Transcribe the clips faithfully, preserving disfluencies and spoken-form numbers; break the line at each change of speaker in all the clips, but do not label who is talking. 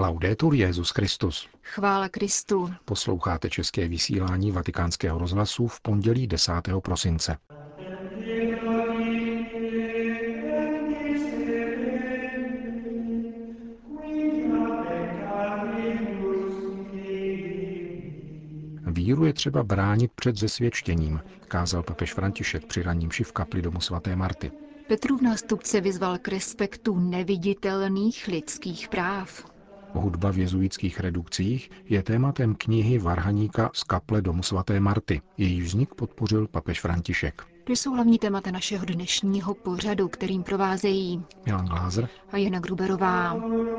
Laudetur Jesus Christus.
Chvála Kristu.
Posloucháte české vysílání Vatikánského rozhlasu v pondělí desátého prosince. Víru je třeba bránit před zesvědčením, kázal papež František při ranní mši v kapli domu svaté Marty.
Petrův nástupce vyzval k respektu neviditelných lidských práv.
Hudba v jezuitských redukcích je tématem knihy varhaníka z kaple domu svaté Marty. Její vznik podpořil papež František.
To jsou hlavní témata našeho dnešního pořadu, kterým provázejí
Milan Glázer
a Jana Gruberová.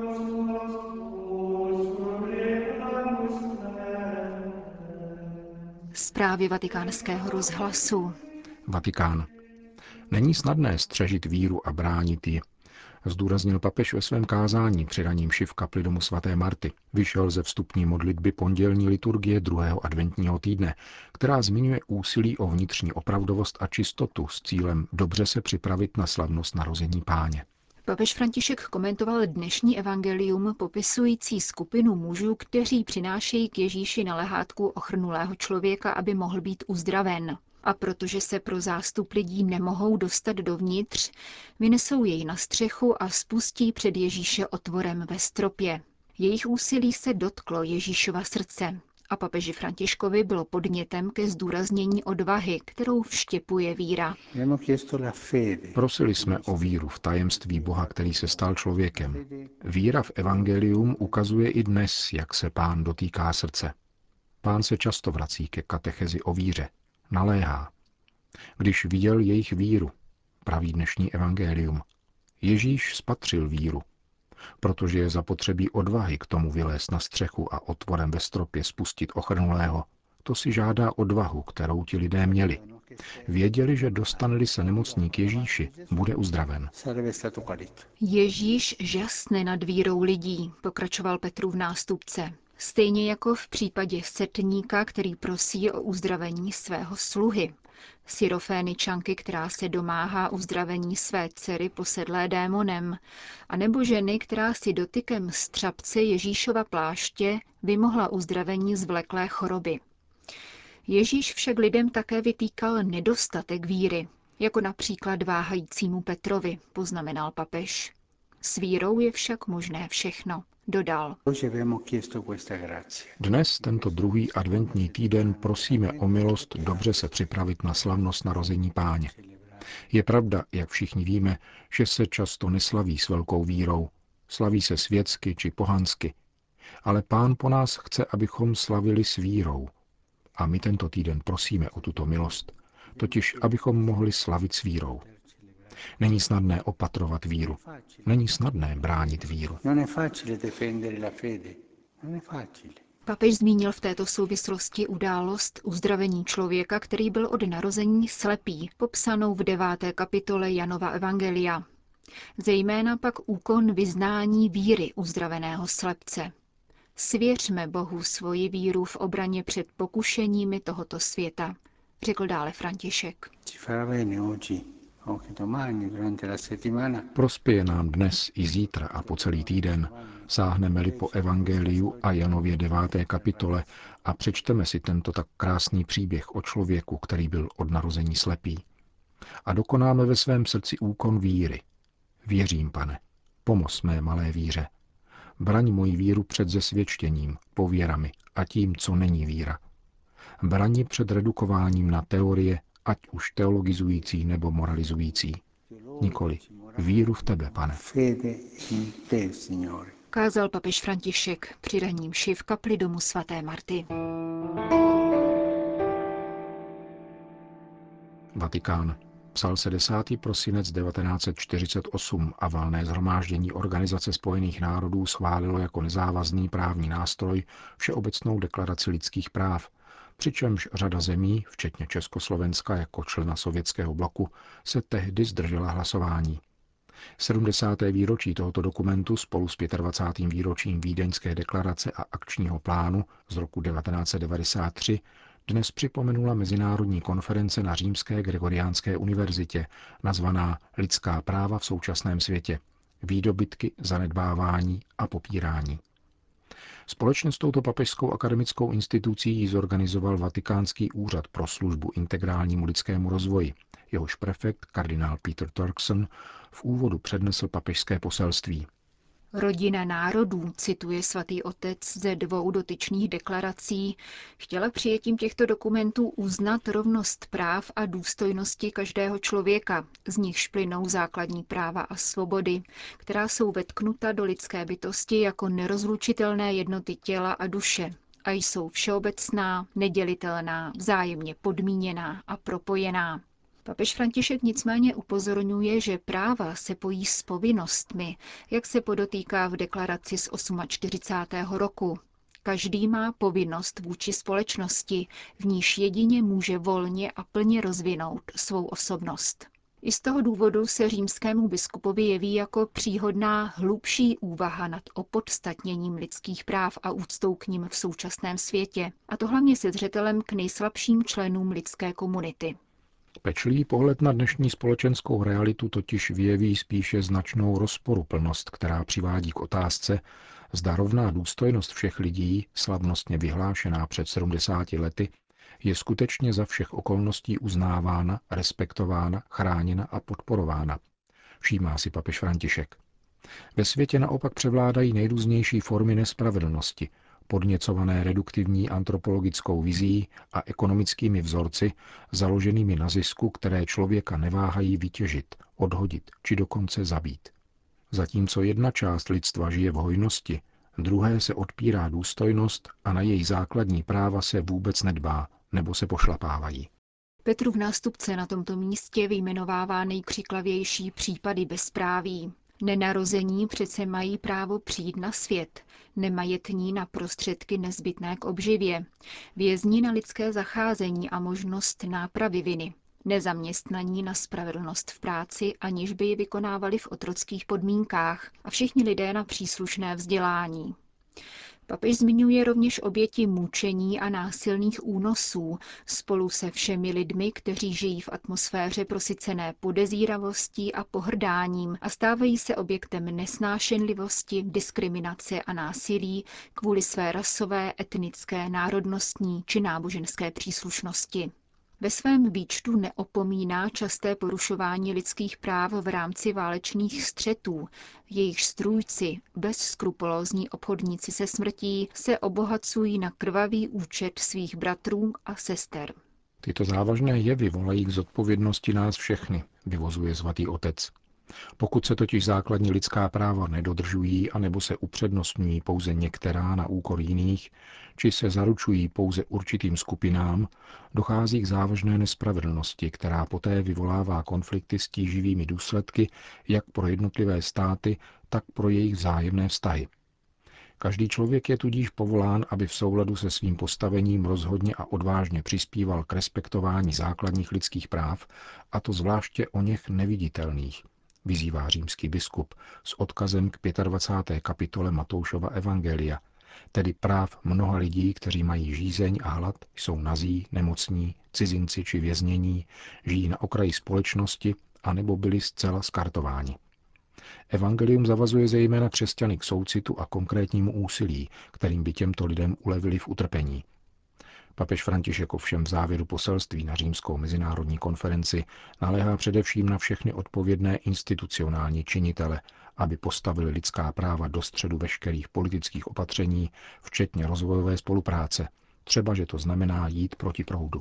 Zprávy Vatikánského rozhlasu.
Vatikán. Není snadné střežit víru a bránit ji, zdůraznil papež ve svém kázání při ranní mši v kapli domu svaté Marty. Vyšel ze vstupní modlitby pondělní liturgie druhého adventního týdne, která zmiňuje úsilí o vnitřní opravdovost a čistotu s cílem dobře se připravit na slavnost narození Páně.
Papež František komentoval dnešní evangelium popisující skupinu mužů, kteří přinášejí k Ježíši na lehátku ochrnulého člověka, aby mohl být uzdraven. A protože se pro zástup lidí nemohou dostat dovnitř, vynesou jej na střechu a spustí před Ježíše otvorem ve stropě. Jejich úsilí se dotklo Ježíšova srdce a papeži Františkovi bylo podnětem ke zdůraznění odvahy, kterou vštěpuje víra.
Prosili jsme o víru v tajemství Boha, který se stal člověkem. Víra v evangelium ukazuje i dnes, jak se Pán dotýká srdce. Pán se často vrací ke katechezi o víře. Naléhá. Když viděl jejich víru, praví dnešní evangelium, Ježíš spatřil víru, protože je zapotřebí odvahy k tomu vylézt na střechu a otvorem ve stropě spustit ochrnulého. To si žádá odvahu, kterou ti lidé měli. Věděli, že dostane-li se nemocný k Ježíši, bude uzdraven.
Ježíš žasne nad vírou lidí, pokračoval Petrův nástupce. Stejně jako v případě setníka, který prosí o uzdravení svého sluhy. Syroféničanky, která se domáhá uzdravení své dcery posedlé démonem. A nebo ženy, která si dotykem střapce Ježíšova pláště vymohla uzdravení z vleklé choroby. Ježíš však lidem také vytýkal nedostatek víry, jako například váhajícímu Petrovi, poznamenal papež. S vírou je však možné všechno, dodal.
Dnes, tento druhý adventní týden, prosíme o milost dobře se připravit na slavnost narození Páně. Je pravda, jak všichni víme, že se často neslaví s velkou vírou. Slaví se světsky či pohansky. Ale Pán po nás chce, abychom slavili s vírou. A my tento týden prosíme o tuto milost, totiž abychom mohli slavit s vírou. Není snadné opatrovat víru. Není snadné bránit víru.
Papež zmínil v této souvislosti událost uzdravení člověka, který byl od narození slepý, popsanou v deváté kapitole Janova evangelia. Zejména pak úkon vyznání víry uzdraveného slepce. Svěřme Bohu svoji víru v obraně před pokušeními tohoto světa, řekl dále František.
Prospěje nám dnes i zítra a po celý týden, sáhneme-li po evangeliu a Janově deváté kapitole a přečteme si tento tak krásný příběh o člověku, který byl od narození slepý. A dokonáme ve svém srdci úkon víry. Věřím, Pane, pomoz mé malé víře. Braň moji víru před zesvědčením, pověrami a tím, co není víra. Braň ji před redukováním na teorie, ať už teologizující nebo moralizující. Nikoli. Víru v tebe, Pane.
Kázal papež František při ranní mši v kapli domu svaté Marty.
Vatikán. Psal se desátý prosinec devatenáct set čtyřicet osm a valné shromáždění Organizace spojených národů schválilo jako nezávazný právní nástroj Všeobecnou deklaraci lidských práv, přičemž řada zemí, včetně Československa jako člena sovětského bloku, se tehdy zdržela hlasování. sedmdesáté výročí tohoto dokumentu spolu s dvacátým pátým výročím Vídeňské deklarace a akčního plánu z roku devatenáct set devadesát tři dnes připomenula Mezinárodní konference na Římské Gregoriánské univerzitě, nazvaná Lidská práva v současném světě, výdobytky, zanedbávání a popírání. Společně s touto papežskou akademickou institucí ji zorganizoval Vatikánský úřad pro službu integrálnímu lidskému rozvoji. Jehož prefekt, kardinál Peter Turkson, v úvodu přednesl papežské poselství.
Rodina národů, cituje svatý otec ze dvou dotyčných deklarací, chtěla přijetím těchto dokumentů uznat rovnost práv a důstojnosti každého člověka, z nichž plynou základní práva a svobody, která jsou vetknuta do lidské bytosti jako nerozlučitelné jednoty těla a duše a jsou všeobecná, nedělitelná, vzájemně podmíněná a propojená. Papež František nicméně upozorňuje, že práva se pojí s povinnostmi, jak se podotýká v deklaraci z čtyřicátého osmého roku. Každý má povinnost vůči společnosti, v níž jedině může volně a plně rozvinout svou osobnost. I z toho důvodu se římskému biskupovi jeví jako příhodná hlubší úvaha nad opodstatněním lidských práv a úctou k nim v současném světě, a to hlavně se zřetelem k nejslabším členům lidské komunity.
Pečlivý pohled na dnešní společenskou realitu totiž vyjeví spíše značnou rozporuplnost, která přivádí k otázce, zda rovná důstojnost všech lidí, slavnostně vyhlášená před sedmdesáti lety, je skutečně za všech okolností uznávána, respektována, chráněna a podporována, všímá si papež František. Ve světě naopak převládají nejrůznější formy nespravedlnosti, podněcované reduktivní antropologickou vizí a ekonomickými vzorci, založenými na zisku, které člověka neváhají vytěžit, odhodit či dokonce zabít. Zatímco jedna část lidstva žije v hojnosti, druhé se odpírá důstojnost a na její základní práva se vůbec nedbá nebo se pošlapávají.
Petrův nástupce na tomto místě vyjmenovává nejkřiklavější případy bezpráví. Nenarození přece mají právo přijít na svět, nemajetní na prostředky nezbytné k obživě, vězni na lidské zacházení a možnost nápravy viny, nezaměstnaní na spravedlnost v práci, aniž by ji vykonávali v otrockých podmínkách, a všichni lidé na příslušné vzdělání. Papež zmiňuje rovněž oběti mučení a násilných únosů spolu se všemi lidmi, kteří žijí v atmosféře prosycené podezíravostí a pohrdáním a stávají se objektem nesnášenlivosti, diskriminace a násilí kvůli své rasové, etnické, národnostní či náboženské příslušnosti. Ve svém výčtu neopomíná časté porušování lidských práv v rámci válečných střetů, jejichž strůjci, bezskrupulózní obchodníci se smrtí, se obohacují na krvavý účet svých bratrů a sester.
Tyto závažné jevy volají k zodpovědnosti nás všechny, vyvozuje svatý otec. Pokud se totiž základní lidská práva nedodržují anebo se upřednostňují pouze některá na úkor jiných, či se zaručují pouze určitým skupinám, dochází k závažné nespravedlnosti, která poté vyvolává konflikty s tíživými důsledky jak pro jednotlivé státy, tak pro jejich vzájemné vztahy. Každý člověk je tudíž povolán, aby v souladu se svým postavením rozhodně a odvážně přispíval k respektování základních lidských práv, a to zvláště o něch neviditelných, vyzývá římský biskup s odkazem k dvacáté páté kapitole Matoušova evangelia, tedy práv mnoha lidí, kteří mají žízeň a hlad, jsou nazí, nemocní, cizinci či věznění, žijí na okraji společnosti anebo byli zcela skartováni. Evangelium zavazuje zejména křesťany k soucitu a konkrétnímu úsilí, kterým by těmto lidem ulevili v utrpení. Papež František ovšem v závěru poselství na římskou mezinárodní konferenci naléhá především na všechny odpovědné institucionální činitele, aby postavili lidská práva do středu veškerých politických opatření, včetně rozvojové spolupráce, třeba že to znamená jít proti proudu.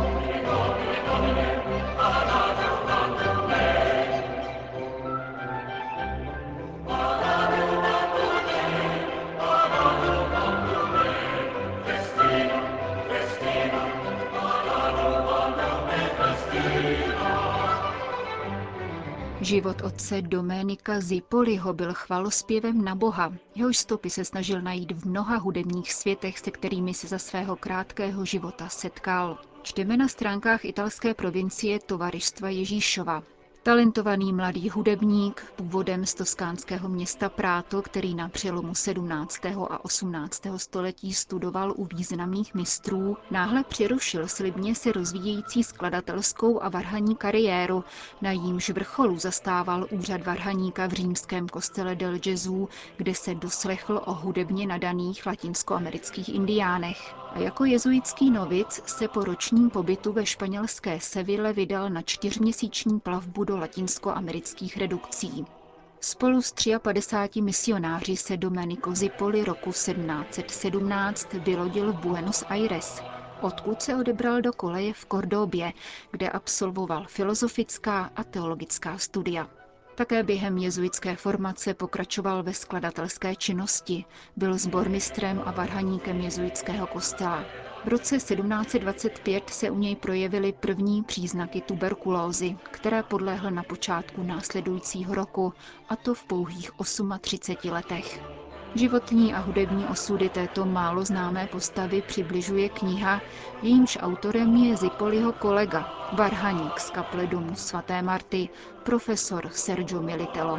Život otce Doménika Zipoliho byl chvalospěvem na Boha. Jehož stopy se snažil najít v mnoha hudebních světech, se kterými se za svého krátkého života setkal. Čteme na stránkách italské provincie Tovaristva Ježíšova. Talentovaný mladý hudebník, původem z toskánského města Prato, který na přelomu sedmnáctého a osmnáctého století studoval u významných mistrů, náhle přerušil slibně se rozvíjející skladatelskou a varhanní kariéru, na jímž vrcholu zastával úřad varhaníka v římském kostele del Gesù, kde se doslechl o hudebně nadaných latinskoamerických indiánech. A jako jezuitský novic se po ročním pobytu ve španělské Seville vydal na čtyřměsíční plavbu do latinskoamerických redukcí. Spolu s padesáti třemi misionáři se Domenico Zipoli roku sedmnáct set sedmnáct vylodil v Buenos Aires, odkud se odebral do koleje v Kordobě, kde absolvoval filozofická a teologická studia. Také během jezuitské formace pokračoval ve skladatelské činnosti, byl sbormistrem a varhaníkem jezuitského kostela. V roce sedmnáct set dvacet pět se u něj projevily první příznaky tuberkulózy, které podlehl na počátku následujícího roku, a to v pouhých třiceti osmi letech. Životní a hudební osudy této málo známé postavy přibližuje kniha, jejímž autorem je Zipoliho kolega, varhaník z kaple domu svaté Marty, profesor Sergio Militello.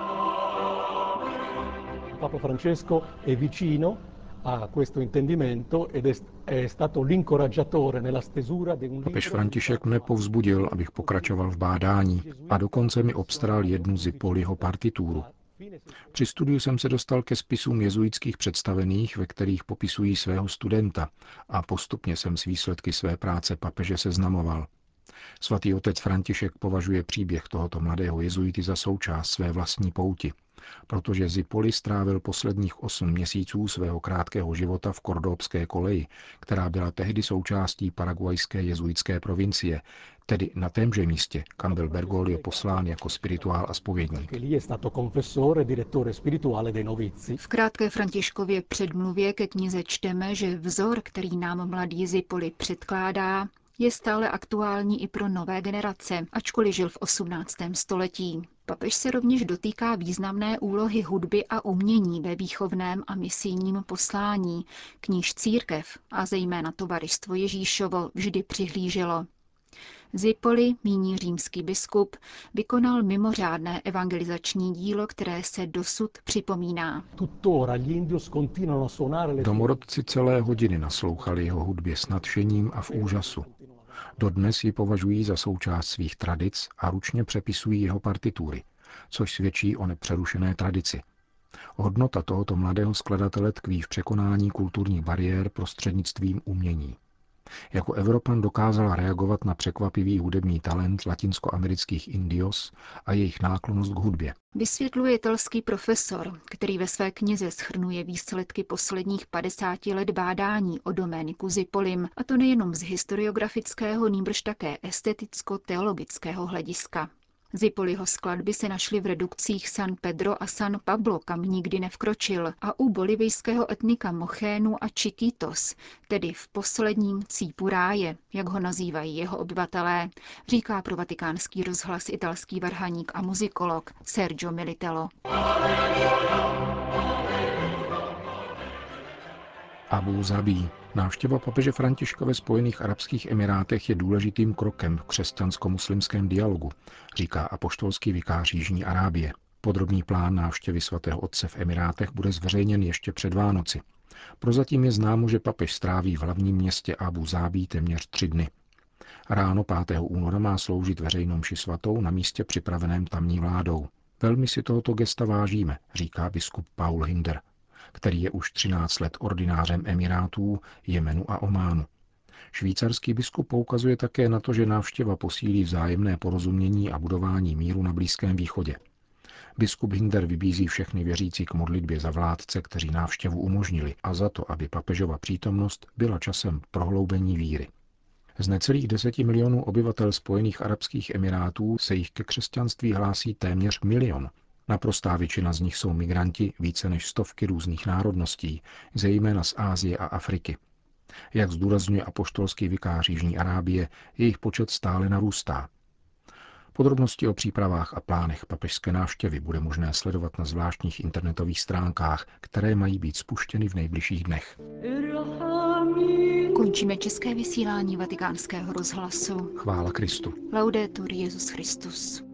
Papa Francesco è vicino a questo intendimento ed è stato l'incoraggiatore nella stesura di un libro.
Papež František mne povzbudil, abych pokračoval v bádání, a dokonce mi obstaral jednu Zipoliho partituru. Při studiu jsem se dostal ke spisům jezuitských představených, ve kterých popisují svého studenta, a postupně jsem s výsledky své práce papeže seznamoval. Svatý otec František považuje příběh tohoto mladého jezuity za součást své vlastní pouti, protože Zipoli strávil posledních osm měsíců svého krátkého života v kordobské koleji, která byla tehdy součástí paraguajské jezuitské provincie, tedy na témže místě, kam byl Bergoglio poslán jako spirituál a zpovědník.
V krátké Františkově předmluvě ke knize čteme, že vzor, který nám mladý Zipoli předkládá, je stále aktuální i pro nové generace, ačkoliv žil v osmnáctém století. Papež se rovněž dotýká významné úlohy hudby a umění ve výchovném a misijním poslání, k níž církev a zejména tovaristvo Ježíšovo vždy přihlíželo. Zipoli, míní římský biskup, vykonal mimořádné evangelizační dílo, které se dosud připomíná.
Domorodci celé hodiny naslouchali jeho hudbě s nadšením a v úžasu. Dodnes ji považují za součást svých tradic a ručně přepisují jeho partitury, což svědčí o nepřerušené tradici. Hodnota tohoto mladého skladatele tkví v překonání kulturních bariér prostřednictvím umění. Jako Evropan dokázal reagovat na překvapivý hudební talent latinskoamerických indios a jejich náklonnost k hudbě.
Vysvětluje italský profesor, který ve své knize shrnuje výsledky posledních padesáti let bádání o Domeniku Zipolim, a to nejenom z historiografického, nýbrž také esteticko-teologického hlediska. Zipoliho skladby se našly v redukcích San Pedro a San Pablo, kam nikdy nevkročil, a u bolivijského etnika Mochénu a Chiquitos, tedy v posledním cípu ráje, jak ho nazývají jeho obyvatelé, říká pro Vatikánský rozhlas italský varhaník a muzikolog Sergio Militello.
Abú Zabí. Návštěva papeže Františka ve Spojených arabských emirátech je důležitým krokem v křesťansko-muslimském dialogu, říká apoštolský vikář Jižní Arábie. Podrobný plán návštěvy svatého otce v Emirátech bude zveřejněn ještě před Vánoci. Prozatím je známo, že papež stráví v hlavním městě Abú Zabí téměř tři dny. Ráno pátého února má sloužit veřejnou mši svatou na místě připraveném tamní vládou. Velmi si tohoto gesta vážíme, říká biskup Paul Hinder, který je už třináct let ordinářem Emirátů, Jemenu a Ománu. Švýcarský biskup poukazuje také na to, že návštěva posílí vzájemné porozumění a budování míru na Blízkém východě. Biskup Hinder vybízí všechny věřící k modlitbě za vládce, kteří návštěvu umožnili, a za to, aby papežova přítomnost byla časem prohloubení víry. Z necelých deseti milionů obyvatel Spojených arabských emirátů se jich ke křesťanství hlásí téměř milion. Naprostá většina z nich jsou migranti více než stovky různých národností, zejména z Asie a Afriky. Jak zdůrazňuje apoštolský vikář Jižní Arábie, jejich počet stále narůstá. Podrobnosti o přípravách a plánech papežské návštěvy bude možné sledovat na zvláštních internetových stránkách, které mají být spuštěny v nejbližších dnech.
Končíme české vysílání Vatikánského rozhlasu.
Chvála Kristu.
Laudetur Jesus Christus.